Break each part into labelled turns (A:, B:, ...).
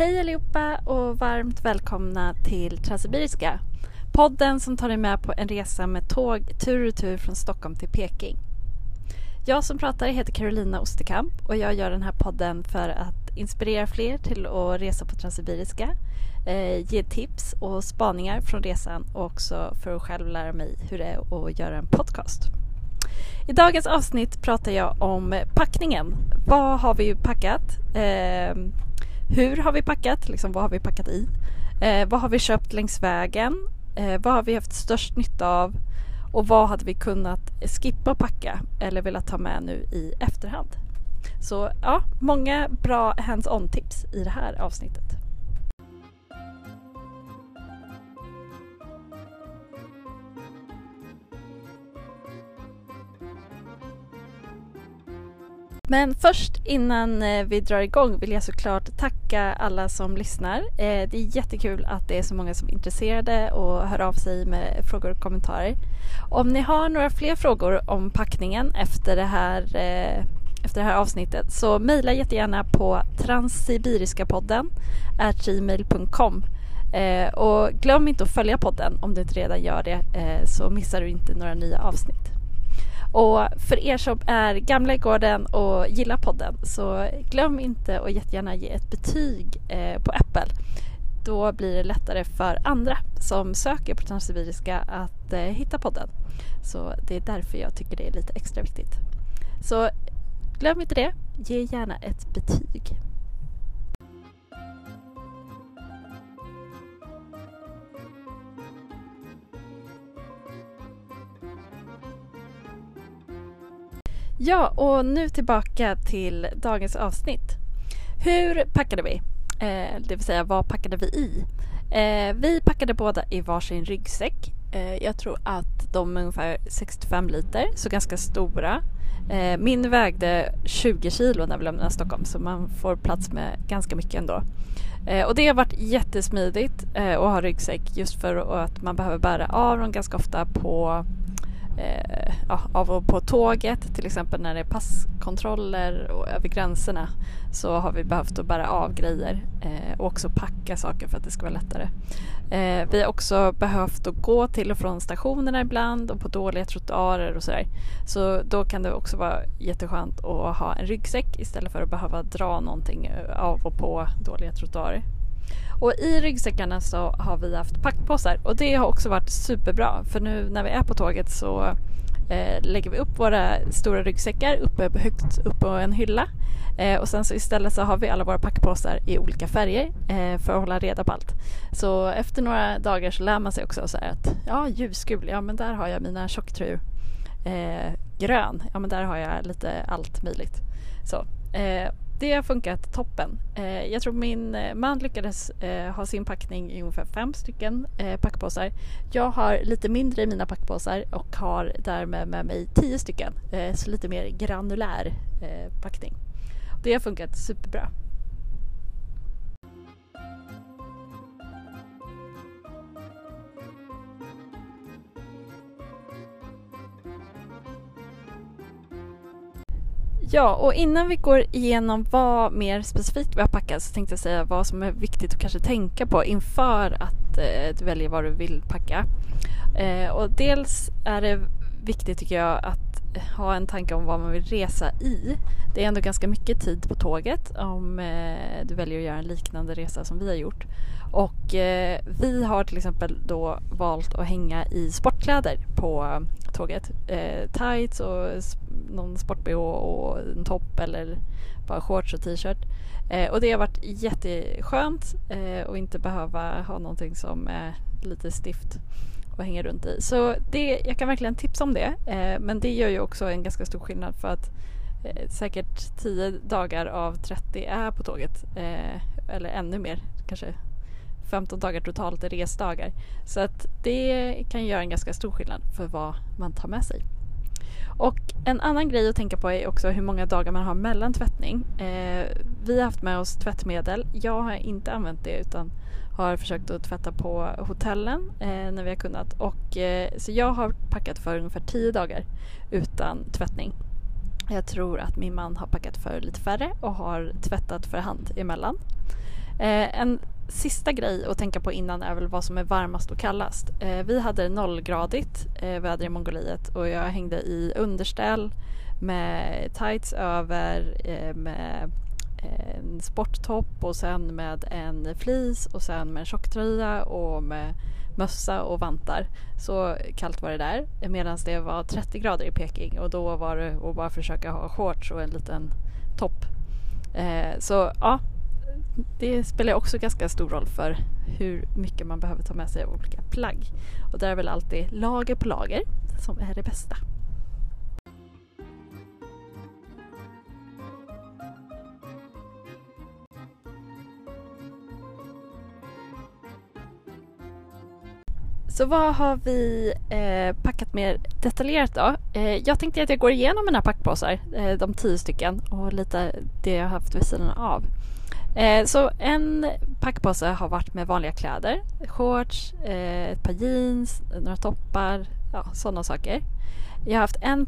A: Hej allihopa och varmt välkomna till Transsibiriska. Podden som tar dig med på en resa med tåg tur och tur från Stockholm till Peking. Jag som pratar heter Carolina Osterkamp och jag gör den här podden för att inspirera fler till att resa på Transsibiriska, ge tips och spaningar från resan och också för att själv lära mig hur det är att göra en podcast. I dagens avsnitt pratar jag om packningen. Vad har vi packat? Hur har vi packat? Vad har vi packat i? Vad har vi köpt längs vägen? Vad har vi haft störst nytta av? Och vad hade vi kunnat skippa packa eller vilja ta med nu i efterhand? Så ja, många bra hands-on tips i det här avsnittet. Men först innan vi drar igång vill jag såklart tacka alla som lyssnar. Det är jättekul att det är så många som är intresserade och hör av sig med frågor och kommentarer. Om ni har några fler frågor om packningen efter det här avsnittet så mejla jättegärna på transsibiriskapodden@gmail.com. Och glöm inte att följa podden om du inte redan gör det, så missar du inte några nya avsnitt. Och för er som är gamla i gården och gillar podden så glöm inte att jättegärna ge ett betyg på Apple. Då blir det lättare för andra som söker på Transsibiriska att hitta podden. Så det är därför jag tycker det är lite extra viktigt. Så glöm inte det, ge gärna ett betyg. Ja, och nu tillbaka till dagens avsnitt. Hur packade vi? Det vill säga, vad packade vi i? Vi packade båda i varsin ryggsäck. Jag tror att de är ungefär 65 liter, så ganska stora. Min vägde 20 kilo när vi lämnade Stockholm, så man får plats med ganska mycket ändå. Och det har varit jättesmidigt att ha ryggsäck just för att man behöver bära av dem ganska ofta av och på tåget, till exempel när det är passkontroller och över gränserna, så har vi behövt att bära av grejer och också packa saker för att det ska vara lättare. Vi har också behövt att gå till och från stationerna ibland och på dåliga trottoarer och sådär. Så då kan det också vara jätteskönt att ha en ryggsäck istället för att behöva dra någonting av och på dåliga trottoarer. Och i ryggsäckarna så har vi haft packpåsar och det har också varit superbra, för nu när vi är på tåget så lägger vi upp våra stora ryggsäckar högt upp på en hylla och sen så istället så har vi alla våra packpåsar i olika färger för att hålla reda på allt. Så efter några dagar så lär man sig också så här att ljusgul, men där har jag mina tjocktröjor. Grön, men där har jag lite allt möjligt. Så det har funkat toppen. Jag tror min man lyckades ha sin packning i ungefär 5 stycken packpåsar. Jag har lite mindre i mina packpåsar och har därmed med mig 10 stycken. Så lite mer granulär packning. Det har funkat superbra. Ja, och innan vi går igenom vad mer specifikt vi har packat så tänkte jag säga vad som är viktigt att kanske tänka på inför att du väljer vad du vill packa. Och dels är det viktigt tycker jag att ha en tanke om vad man vill resa i. Det är ändå ganska mycket tid på tåget om du väljer att göra en liknande resa som vi har gjort. Och vi har till exempel då valt att hänga i sportkläder på tåget. Tights och någon sport-BH och en topp eller bara shorts och t-shirt. Och det har varit jätteskönt att inte behöva ha någonting som är lite stift och hänga runt i. Så jag kan verkligen tipsa om det. Men det gör ju också en ganska stor skillnad för att säkert 10 dagar av 30 är på tåget. Eller ännu mer, kanske 15 dagar totalt är resdagar. Så att det kan göra en ganska stor skillnad för vad man tar med sig. Och en annan grej att tänka på är också hur många dagar man har mellan tvättning. Vi har haft med oss tvättmedel. Jag har inte använt det utan har försökt att tvätta på hotellen när vi har kunnat. Så jag har packat för ungefär 10 dagar utan tvättning. Jag tror att min man har packat för lite färre och har tvättat för hand emellan. En sista grej att tänka på innan är väl vad som är varmast och kallast. Vi hade 0-gradigt väder i Mongoliet och jag hängde i underställ med tights över, med en sporttopp och sen med en fleece och sen med en tjocktröja och med mössa och vantar. Så kallt var det där, medan det var 30 grader i Peking och då var det att bara försöka ha shorts och en liten topp. Så ja, det spelar också ganska stor roll för hur mycket man behöver ta med sig av olika plagg. Och där är väl alltid lager på lager som är det bästa. Så vad har vi packat mer detaljerat då? Jag tänkte att jag går igenom mina packpåsar, de 10 stycken och lite det jag har haft vid sidan av. Så en packpåse har varit med vanliga kläder, shorts, ett par jeans, några toppar, ja, sådana saker. Jag har haft en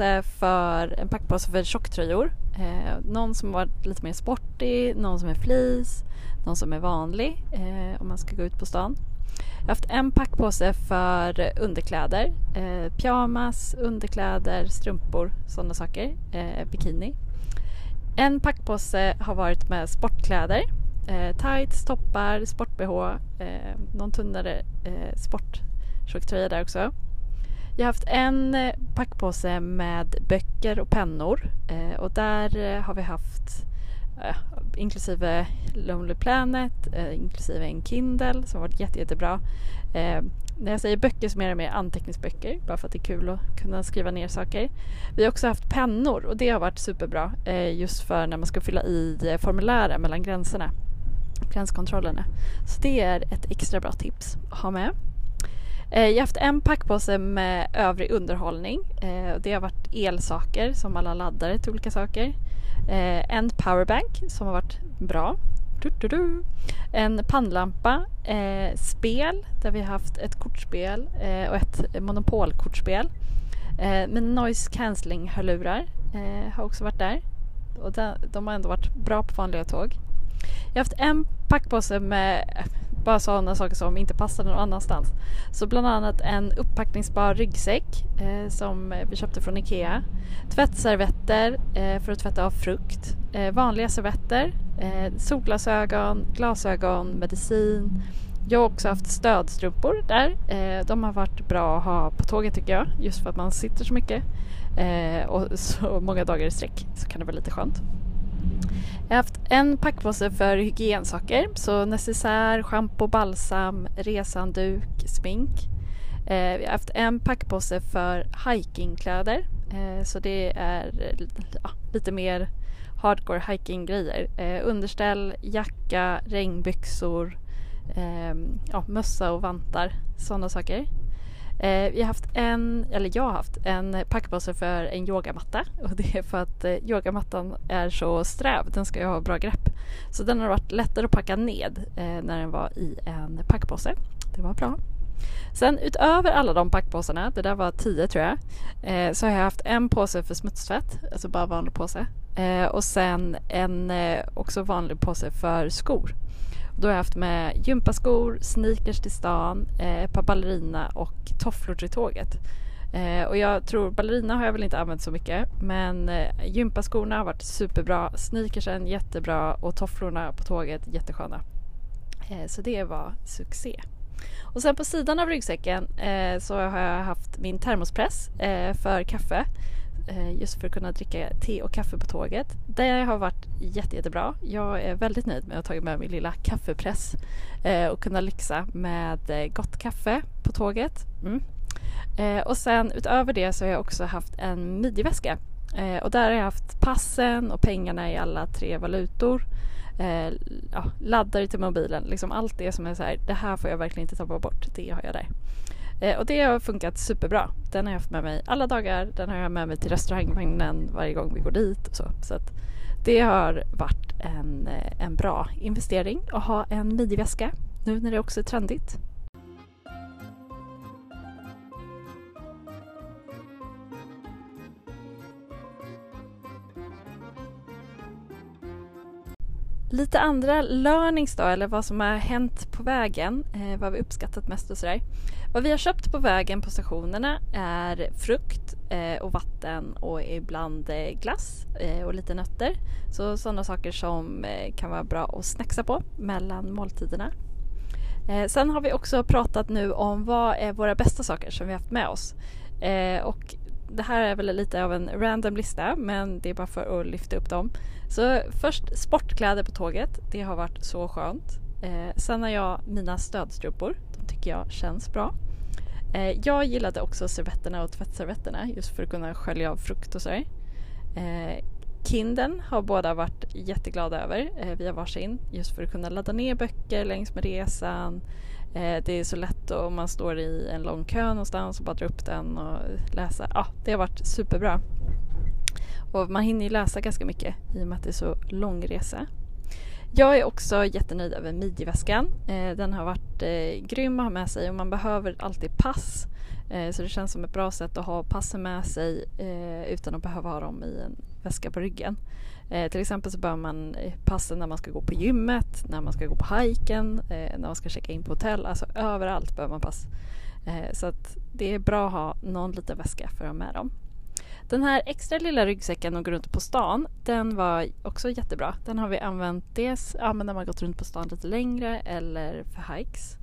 A: packpåse för tjocktröjor. Någon som var lite mer sportig, någon som är fleece, någon som är vanlig om man ska gå ut på stan. Jag har haft en packpåse för underkläder, pyjamas, underkläder, strumpor, sådana saker, bikini. En packpåse har varit med sportkläder, tights, toppar, sport-bh, någon tunnare sporttjocktröja där också. Jag har haft en packpåse med böcker och pennor och där har vi haft inklusive Lonely Planet, inklusive en Kindle som har varit jättebra. När jag säger böcker så menar jag mer anteckningsböcker, bara för att det är kul att kunna skriva ner saker. Vi har också haft pennor och det har varit superbra just för när man ska fylla i formulären mellan gränskontrollerna. Så det är ett extra bra tips att ha med. Jag har haft en packpåse med övrig underhållning. Det har varit elsaker som alla laddare till olika saker. En powerbank som har varit bra. En pannlampa. Spel där vi har haft ett kortspel och ett monopolkortspel. Med noise cancelling hörlurar har också varit där. Och de har ändå varit bra på vanliga tåg. Jag har haft en packpåse med bara sådana saker som inte passar någon annanstans. Så bland annat en upppackningsbar ryggsäck som vi köpte från Ikea. Tvättservetter för att tvätta av frukt. Vanliga servetter. Solglasögon, glasögon, medicin. Jag har också haft stödstrumpor där. De har varit bra att ha på tåget tycker jag. Just för att man sitter så mycket. Och så många dagar i sträck så kan det vara lite skönt. Jag har haft en packpåse för hygiensaker, så necessär, shampoo, balsam, resanduk, smink. Jag har haft en packpåse för hikingkläder, så det är lite mer hardcore hiking-grejer. Underställ, jacka, regnbyxor, mössa och vantar, sådana saker. Jag har haft en packpåse för en yogamatta och det är för att yogamattan är så sträv, den ska ju ha bra grepp. Så den har varit lättare att packa ned när den var i en packpåse. Det var bra. Sen utöver alla de packpåsarna, det där var 10 tror jag, så har jag haft en påse för smutstvätt, alltså bara vanlig påse. Och sen en också vanlig påse för skor. Då har jag haft med gympaskor, sneakers till stan, ett par ballerina och tofflor till tåget. Och jag tror ballerina har jag väl inte använt så mycket, men gympaskorna har varit superbra, sneakersen jättebra och tofflorna på tåget jättesköna. Så det var succé. Och sen på sidan av ryggsäcken så har jag haft min termospress för kaffe. Just för att kunna dricka te och kaffe på tåget. Det har varit jättebra. Jag är väldigt nöjd med att ha tagit med min lilla kaffepress och kunna lyxa med gott kaffe på tåget. Och sen utöver det så har jag också haft en midjeväska. Och där har jag haft passen och pengarna i alla 3 valutor. Laddare till mobilen. Liksom allt det som är så här, det här får jag verkligen inte tappa bort. Det har jag där. Och det har funkat superbra. Den har jag haft med mig alla dagar. Den har jag med mig till restaurangvagnen varje gång vi går dit. Och så att det har varit en bra investering att ha en midjeväska nu när det också är trendigt. Lite andra learnings då, eller vad som har hänt på vägen, vad vi uppskattat mest och sådär. Vad vi har köpt på vägen på stationerna är frukt och vatten och ibland glass och lite nötter. Så sådana saker som kan vara bra att snacksa på mellan måltiderna. Sen har vi också pratat nu om vad är våra bästa saker som vi har haft med oss. Och det här är väl lite av en random lista, men det är bara för att lyfta upp dem. Så först sportkläder på tåget, det har varit så skönt. Sen har jag mina stödstrumpor, de tycker jag känns bra. Jag gillade också servetterna och tvättservetterna just för att kunna skölja av frukt och sådär. Kinden har båda varit jätteglada över. Vi har varsin just för att kunna ladda ner böcker längs med resan. Det är så lätt om man står i en lång kö någonstans och bara dra upp den och läsa. Ja, det har varit superbra. Och man hinner ju läsa ganska mycket i och med att det är så lång resa. Jag är också jättenöjd över midjeväskan. Den har varit grym att ha med sig och man behöver alltid pass. Så det känns som ett bra sätt att ha passen med sig utan att behöva ha dem i en väska på ryggen. Till exempel så behöver man passen när man ska gå på gymmet, när man ska gå på hajken, när man ska checka in på hotell. Alltså överallt behöver man pass. Så att det är bra att ha någon liten väska för att ha med dem. Den här extra lilla ryggsäcken och gå runt på stan, den var också jättebra. Den har vi använt dels när man har gått runt på stan lite längre eller för hikes.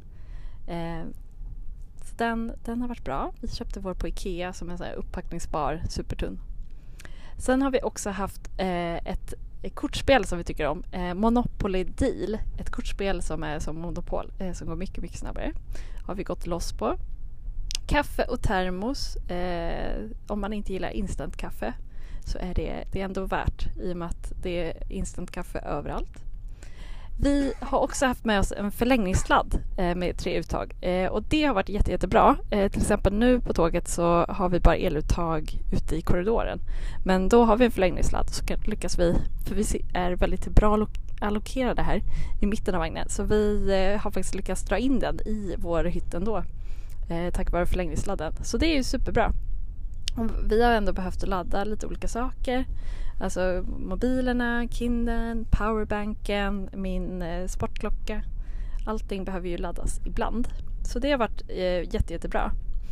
A: Så den har varit bra. Vi köpte vår på Ikea som är så här upppackningsbar, supertunn. Sen har vi också haft ett kortspel som vi tycker om. Monopoly Deal. Ett kortspel som är som Monopol, som går mycket, mycket snabbare. Har vi gått loss på. Kaffe och termos. Om man inte gillar instantkaffe så är det ändå värt i och med att det är instantkaffe överallt. Vi har också haft med oss en förlängningssladd med 3 uttag. Och det har varit jättebra. Till exempel nu på tåget så har vi bara eluttag ute i korridoren. Men då har vi en förlängningssladd så lyckas vi, för vi är väldigt bra allokerade här i mitten av vagnen. Så vi har faktiskt lyckats dra in den i vår hytt ändå. Tack vare förlängningssladden. Så det är ju superbra. Vi har ändå behövt ladda lite olika saker. Alltså mobilerna, Kindlen, powerbanken, min sportklocka. Allting behöver ju laddas ibland. Så det har varit jättebra.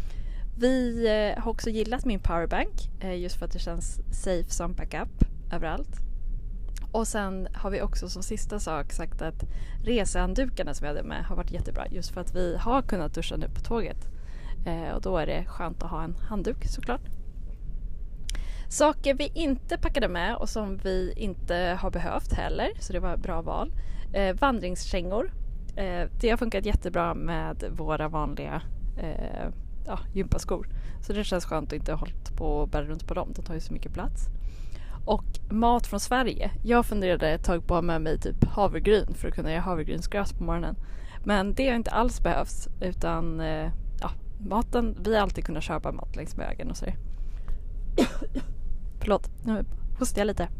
A: Vi har också gillat min powerbank. Just för att det känns safe som backup överallt. Och sen har vi också som sista sak sagt att resehanddukarna som vi hade med har varit jättebra. Just för att vi har kunnat duscha nu på tåget. Och då är det skönt att ha en handduk såklart. Saker vi inte packade med och som vi inte har behövt heller. Så det var ett bra val. Vandringskängor. Det har funkat jättebra med våra vanliga gympaskor. Så det känns skönt att inte ha hållit på och bära runt på dem. De tar ju så mycket plats. Och mat från Sverige. Jag funderade ett tag på att ha med mig typ havregryn för att kunna göra havregrynsgröt på morgonen. Men det har inte alls behövts utan maten, vi har alltid kunnat köpa mat längs med vägen och så. Förlåt, nu hostar jag lite.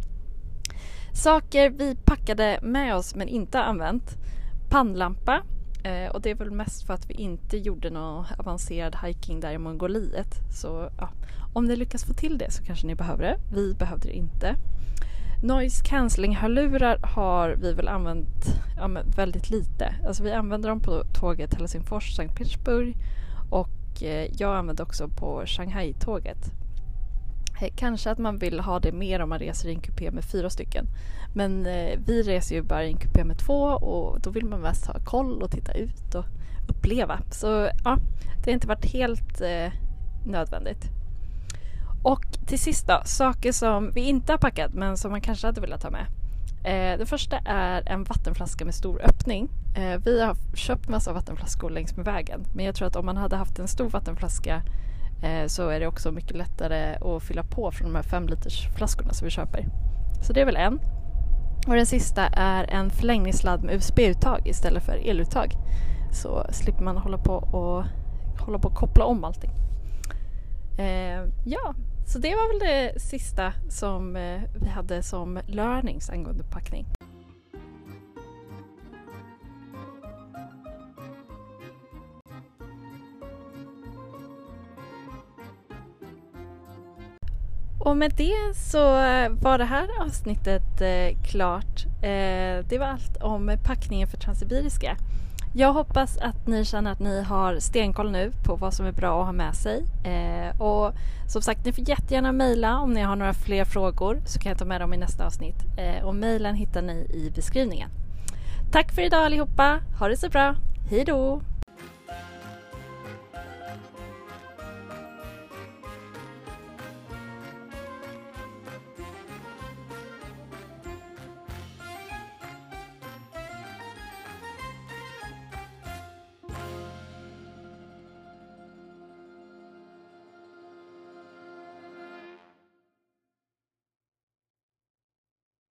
A: Saker vi packade med oss men inte använt. Pannlampa. Och det är väl mest för att vi inte gjorde någon avancerad hiking där i Mongoliet. Så om ni lyckas få till det så kanske ni behöver det. Vi behövde det inte. Noise cancelling-hörlurar har vi väl använt väldigt lite. Alltså vi använder dem på tåget Helsingfors, Sankt Petersburg och jag använder också på Shanghai-tåget. Kanske att man vill ha det mer om man reser i en kupé med 4 stycken. Men vi reser ju bara i en kupé med 2 och då vill man mest ha koll och titta ut och uppleva. Så det har inte varit helt nödvändigt. Och till sist då, saker som vi inte har packat men som man kanske hade velat ta med. Det första är en vattenflaska med stor öppning. Vi har köpt massa vattenflaskor längs med vägen. Men jag tror att om man hade haft en stor vattenflaska så är det också mycket lättare att fylla på från de här 5 liters flaskorna som vi köper. Så det är väl en. Och den sista är en förlängningssladd med USB-uttag istället för eluttag. Så slipper man hålla på och koppla om allting. Så det var väl det sista som vi hade som learnings angående packning. Och med det så var det här avsnittet klart Det var allt om packningen för Transsibiriska. Jag hoppas att ni känner att ni har stenkoll nu på vad som är bra att ha med sig. Och som sagt, ni får jättegärna mejla om ni har några fler frågor, så kan jag ta med dem i nästa avsnitt. Och mejlen hittar ni i beskrivningen. Tack för idag allihopa. Ha det så bra. Hej då!